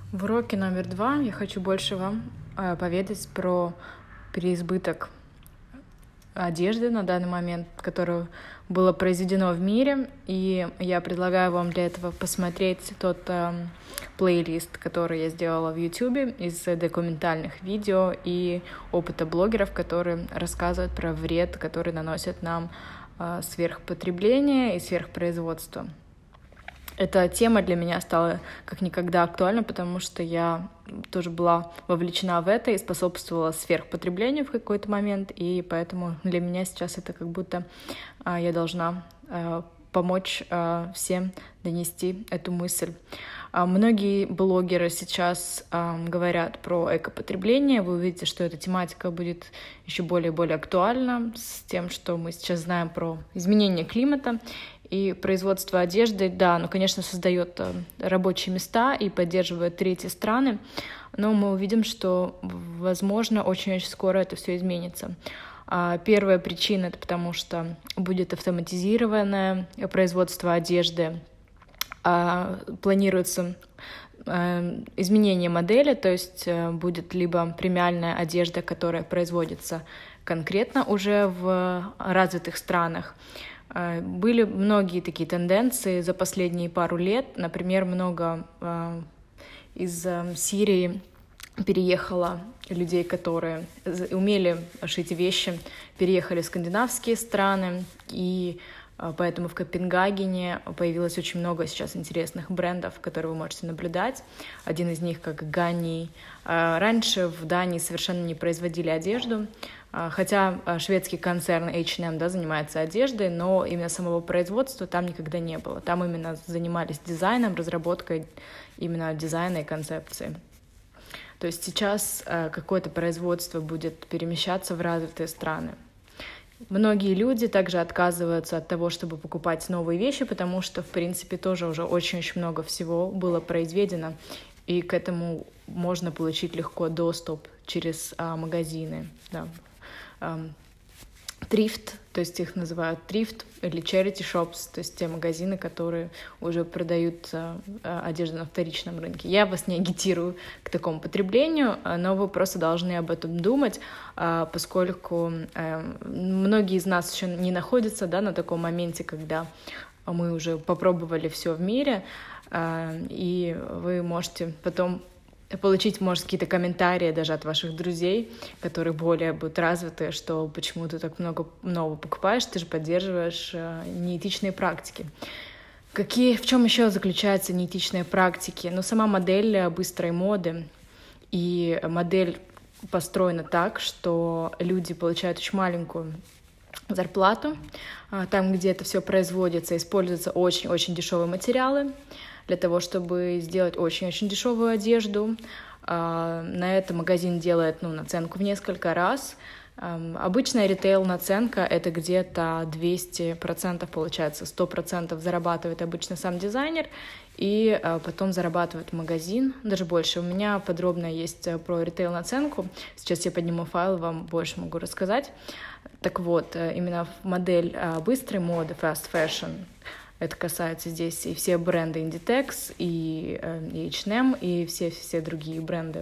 В уроке номер 2 я хочу больше вам поведать про переизбыток одежды на данный момент, которое было произведено в мире. И я предлагаю вам для этого посмотреть тот плейлист, который я сделала в YouTube из документальных видео и опыта блогеров, которые рассказывают про вред, который наносит нам сверхпотребление и сверхпроизводство. Эта тема для меня стала как никогда актуальна, потому что я тоже была вовлечена в это и способствовала сверхпотреблению в какой-то момент, и поэтому для меня сейчас это как будто я должна помочь всем донести эту мысль. Многие блогеры сейчас говорят про экопотребление. Вы увидите, что эта тематика будет еще более и более актуальна с тем, что мы сейчас знаем про изменение климата. И производство одежды, да, оно, конечно, создает рабочие места и поддерживает третьи страны, но мы увидим, что, возможно, очень-очень скоро это все изменится. Первая причина — это потому, что будет автоматизированное производство одежды, планируется изменение модели, то есть будет либо премиальная одежда, которая производится конкретно уже в развитых странах. Были многие такие тенденции за последние пару лет. Например, много из Сирии переехало людей, которые умели шить вещи, переехали в скандинавские страны, и поэтому в Копенгагене появилось очень много сейчас интересных брендов, которые вы можете наблюдать. Один из них как Ганни. Раньше в Дании совершенно не производили одежду, хотя шведский концерн H&M, занимается одеждой, но именно самого производства там никогда не было. Там именно занимались дизайном, разработкой именно дизайна и концепции. То есть сейчас какое-то производство будет перемещаться в развитые страны. Многие люди также отказываются от того, чтобы покупать новые вещи, потому что, в принципе, тоже уже очень-очень много всего было произведено, и к этому можно получить легко доступ через магазины. Да. Трифт, то есть их называют трифт или charity shops, то есть те магазины, которые уже продают одежду на вторичном рынке. Я вас не агитирую к такому потреблению, но вы просто должны об этом думать, поскольку многие из нас еще не находятся на таком моменте, когда мы уже попробовали все в мире, и вы можете потом получить, может, какие-то комментарии даже от ваших друзей, которые более будут развиты, что почему ты так много нового покупаешь, ты же поддерживаешь неэтичные практики. В чем еще заключаются неэтичные практики? Сама модель быстрой моды, и модель построена так, что люди получают очень маленькую зарплату. Там, где это все производится, используются очень-очень дешевые материалы для того, чтобы сделать очень-очень дешевую одежду. На это магазин делает наценку в несколько раз. Обычная ритейл-наценка — это где-то 200%, получается, 100% зарабатывает обычно сам дизайнер, и потом зарабатывает магазин, даже больше. У меня подробно есть про ритейл-наценку. Сейчас я подниму файл, вам больше могу рассказать. Так вот, именно модель быстрой моды, fast fashion, это касается здесь и все бренды Inditex, и H&M, и все другие бренды.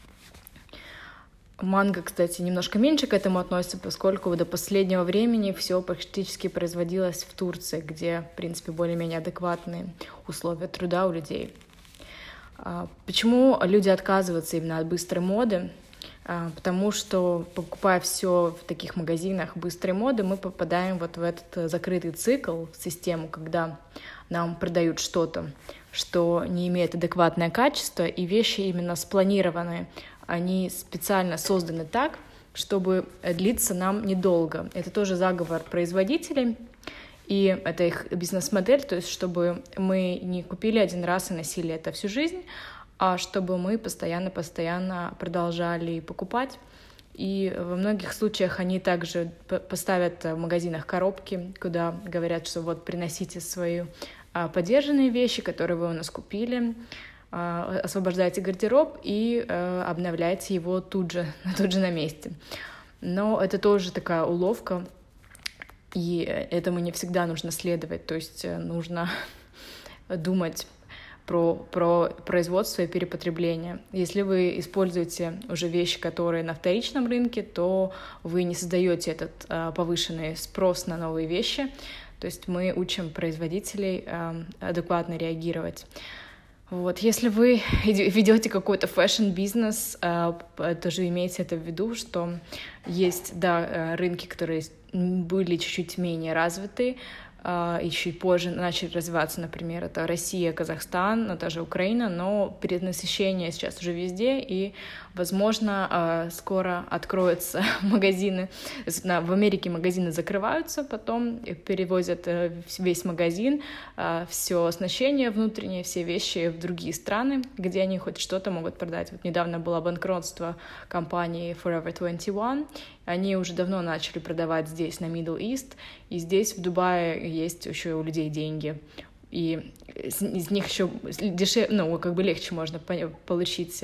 Манго, кстати, немножко меньше к этому относится, поскольку до последнего времени все практически производилось в Турции, где, в принципе, более-менее адекватные условия труда у людей. Почему люди отказываются именно от быстрой моды? Потому что, покупая все в таких магазинах быстрой моды, мы попадаем в этот закрытый цикл, в систему, когда нам продают что-то, что не имеет адекватное качество, и вещи именно спланированные, они специально созданы так, чтобы длиться нам недолго. Это тоже заговор производителей, и это их бизнес-модель, то есть чтобы мы не купили один раз и носили это всю жизнь, а чтобы мы постоянно продолжали покупать. И во многих случаях они также поставят в магазинах коробки, куда говорят, что вот приносите свои подержанные вещи, которые вы у нас купили, освобождайте гардероб и обновляйте его тут же на месте. Но это тоже такая уловка, и этому не всегда нужно следовать, то есть нужно думать про производство и перепотребление. Если вы используете уже вещи, которые на вторичном рынке, то вы не создаете этот повышенный спрос на новые вещи. То есть мы учим производителей адекватно реагировать. Вот. Если вы ведете какой-то фэшн-бизнес, тоже имейте это в виду, что есть, рынки, которые были чуть-чуть менее развиты, и чуть позже начали развиваться, например, это Россия, Казахстан, но даже Украина, но перенасыщение сейчас уже везде, и, возможно, скоро откроются магазины. В Америке магазины закрываются, потом перевозят весь магазин, все оснащение внутреннее, все вещи в другие страны, где они хоть что-то могут продать. Вот недавно было банкротство компании Forever 21, они уже давно начали продавать здесь, на Middle East, и здесь, в Дубае, есть еще у людей деньги. И из них еще дешевле, легче можно получить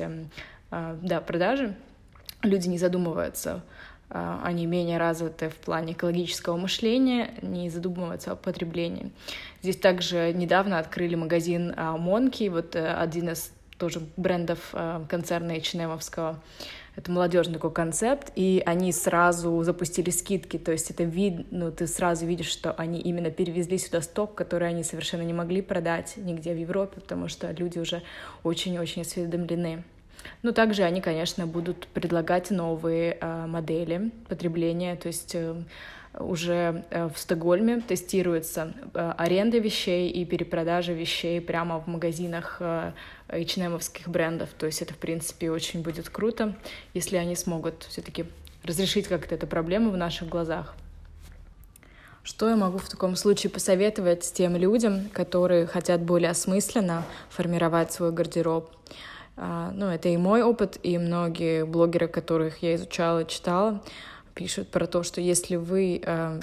продажи. Люди не задумываются, они менее развиты в плане экологического мышления, не задумываются о потреблении. Здесь также недавно открыли магазин Монки, вот один из тоже брендов концерна H&M-овского. Это молодежный такой концепт, и они сразу запустили скидки, то есть это ты сразу видишь, что они именно перевезли сюда сток, который они совершенно не могли продать нигде в Европе, потому что люди уже очень-очень осведомлены. Но также они, конечно, будут предлагать новые модели потребления, то есть уже в Стокгольме тестируется аренда вещей и перепродажа вещей прямо в магазинах H&M-овских брендов. То есть это, в принципе, очень будет круто, если они смогут все-таки разрешить как-то эту проблему в наших глазах. Что я могу в таком случае посоветовать тем людям, которые хотят более осмысленно формировать свой гардероб? Это и мой опыт, и многие блогеры, которых я изучала, читала, пишут про то, что если вы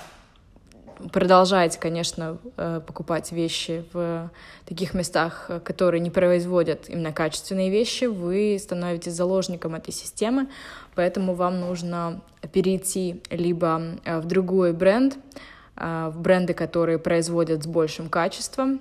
продолжаете, конечно, покупать вещи в таких местах, которые не производят именно качественные вещи, вы становитесь заложником этой системы, поэтому вам нужно перейти либо в другой бренд, в бренды, которые производят с большим качеством,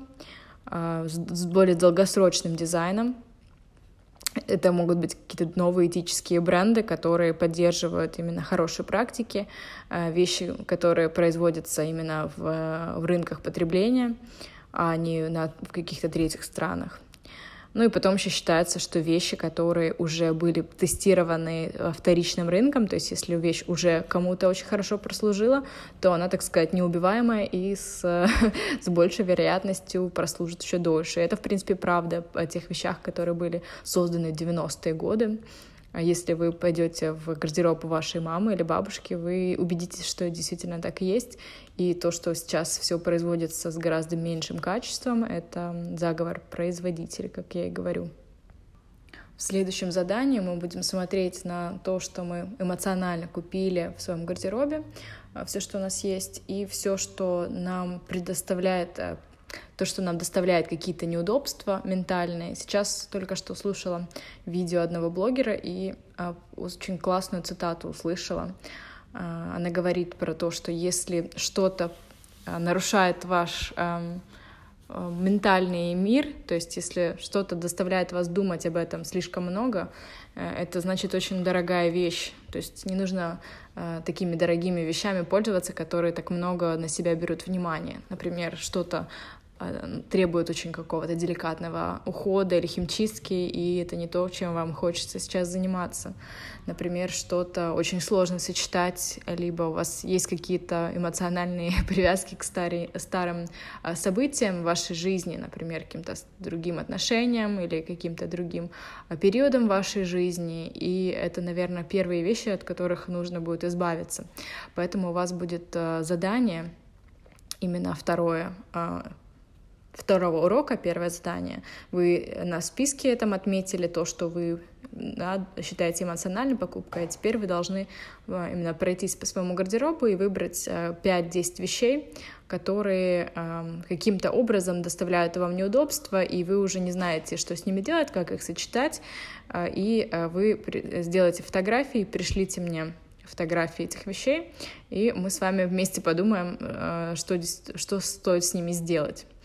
с более долгосрочным дизайном. Это могут быть какие-то новые этические бренды, которые поддерживают именно хорошие практики, вещи, которые производятся именно в рынках потребления, а не в каких-то третьих странах. И потом еще считается, что вещи, которые уже были тестированы вторичным рынком, то есть если вещь уже кому-то очень хорошо прослужила, то она, так сказать, неубиваемая и с большей вероятностью прослужит еще дольше. И это, в принципе, правда о тех вещах, которые были созданы в 90-е годы. А если вы пойдете в гардероб вашей мамы или бабушки, вы убедитесь, что действительно так и есть. И то, что сейчас все производится с гораздо меньшим качеством, это заговор производителей, как я и говорю. В следующем задании мы будем смотреть на то, что мы эмоционально купили в своем гардеробе, все, что у нас есть, и все, что нам предоставляет доставляет какие-то неудобства ментальные. Сейчас только что слушала видео одного блогера и очень классную цитату услышала. Она говорит про то, что если что-то нарушает ваш ментальный мир, то есть если что-то заставляет вас думать об этом слишком много, это значит очень дорогая вещь. То есть не нужно такими дорогими вещами пользоваться, которые так много на себя берут внимание. Например, что-то требует очень какого-то деликатного ухода или химчистки, и это не то, чем вам хочется сейчас заниматься. Например, что-то очень сложно сочетать, либо у вас есть какие-то эмоциональные привязки к старым событиям в вашей жизни, например, каким-то другим отношениям или каким-то другим периодом вашей жизни, и это, наверное, первые вещи, от которых нужно будет избавиться. Поэтому у вас будет задание, именно второго урока, первое задание. Вы на списке этом отметили то, что вы считаете эмоциональной покупкой, а теперь вы должны именно пройтись по своему гардеробу и выбрать 5-10 вещей, которые каким-то образом доставляют вам неудобства, и вы уже не знаете, что с ними делать, как их сочетать, и вы сделаете фотографии, пришлите мне фотографии этих вещей, и мы с вами вместе подумаем, что стоит с ними сделать.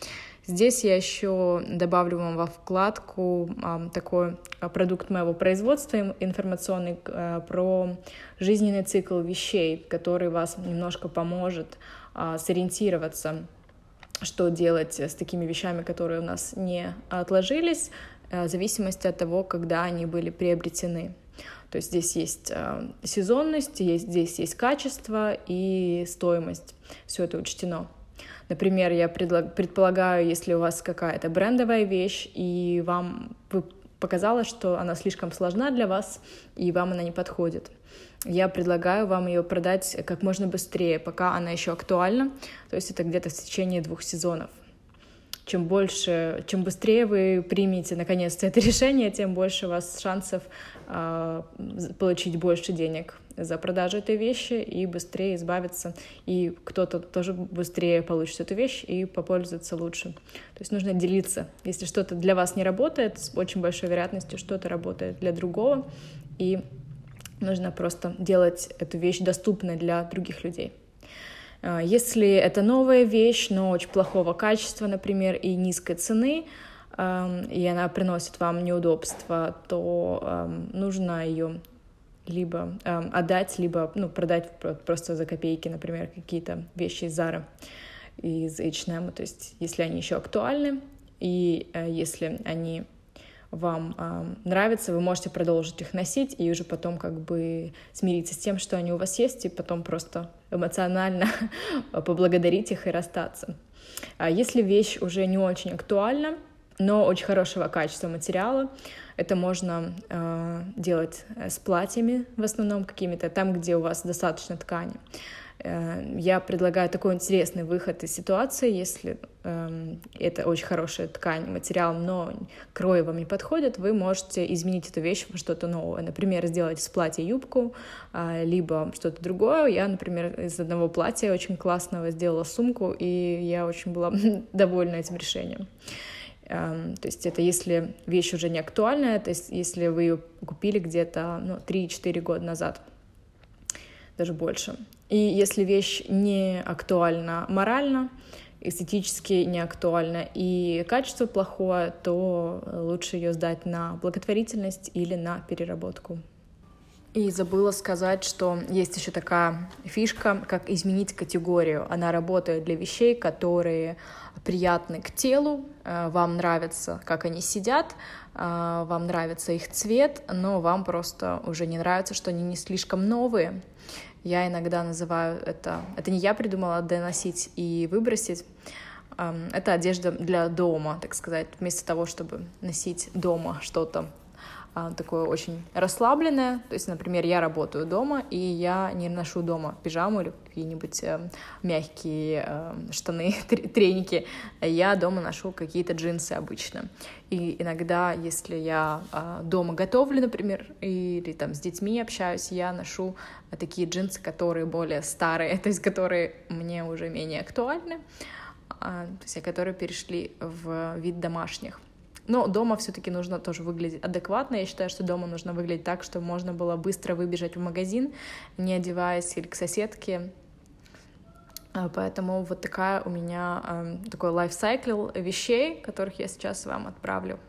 Здесь я еще добавлю вам во вкладку такой продукт моего производства информационный про жизненный цикл вещей, который вас немножко поможет сориентироваться, что делать с такими вещами, которые у нас не отложились, в зависимости от того, когда они были приобретены. То есть здесь есть сезонность, здесь есть качество и стоимость. Все это учтено. Например, я предполагаю, если у вас какая-то брендовая вещь, и вам показалось, что она слишком сложна для вас, и вам она не подходит, я предлагаю вам ее продать как можно быстрее, пока она еще актуальна, то есть это где-то в течение 2 сезонов. Чем быстрее вы примете наконец-то это решение, тем больше у вас шансов получить больше денег за продажу этой вещи и быстрее избавиться, и кто-то тоже быстрее получит эту вещь и попользуется лучше. То есть нужно делиться. Если что-то для вас не работает, с очень большой вероятностью что-то работает для другого, и нужно просто делать эту вещь доступной для других людей. Если это новая вещь, но очень плохого качества, например, и низкой цены, и она приносит вам неудобства, то нужно ее либо отдать, либо продать просто за копейки, например, какие-то вещи из Zara, из H&M, то есть если они еще актуальны, и если они вам нравятся, вы можете продолжить их носить и уже потом как бы смириться с тем, что они у вас есть, и потом просто эмоционально поблагодарить их и расстаться. А если вещь уже не очень актуальна, но очень хорошего качества материала, это можно делать с платьями в основном какими-то, там, где у вас достаточно ткани. Я предлагаю такой интересный выход из ситуации, если это очень хорошая ткань, материал, но крой вам не подходит, вы можете изменить эту вещь во что-то новое. Например, сделать из платья юбку, либо что-то другое. Я, например, из одного платья очень классного сделала сумку, и я очень была довольна этим решением. То есть это если вещь уже не актуальная, то есть если вы ее купили где-то 3-4 года назад, даже больше. И если вещь не актуальна морально, эстетически не актуальна и качество плохое, то лучше ее сдать на благотворительность или на переработку. И забыла сказать, что есть еще такая фишка, как изменить категорию. Она работает для вещей, которые приятны к телу, вам нравится, как они сидят, вам нравится их цвет, но вам просто уже не нравится, что они не слишком новые. Я иногда называю это не я придумала, доносить и выбросить. Это одежда для дома, так сказать, вместо того, чтобы носить дома что-то такое очень расслабленное. То есть, например, я работаю дома, и я не ношу дома пижаму или какие-нибудь мягкие штаны, треники. Я дома ношу какие-то джинсы обычно. И иногда, если я дома готовлю, например, или там с детьми общаюсь, я ношу такие джинсы, которые более старые, то есть которые мне уже менее актуальны, то есть которые перешли в вид домашних. Но дома все-таки нужно тоже выглядеть адекватно. Я считаю, что дома нужно выглядеть так, чтобы можно было быстро выбежать в магазин, не одеваясь или к соседке. Поэтому вот такая у меня такой лайфсайкл вещей, которых я сейчас вам отправлю.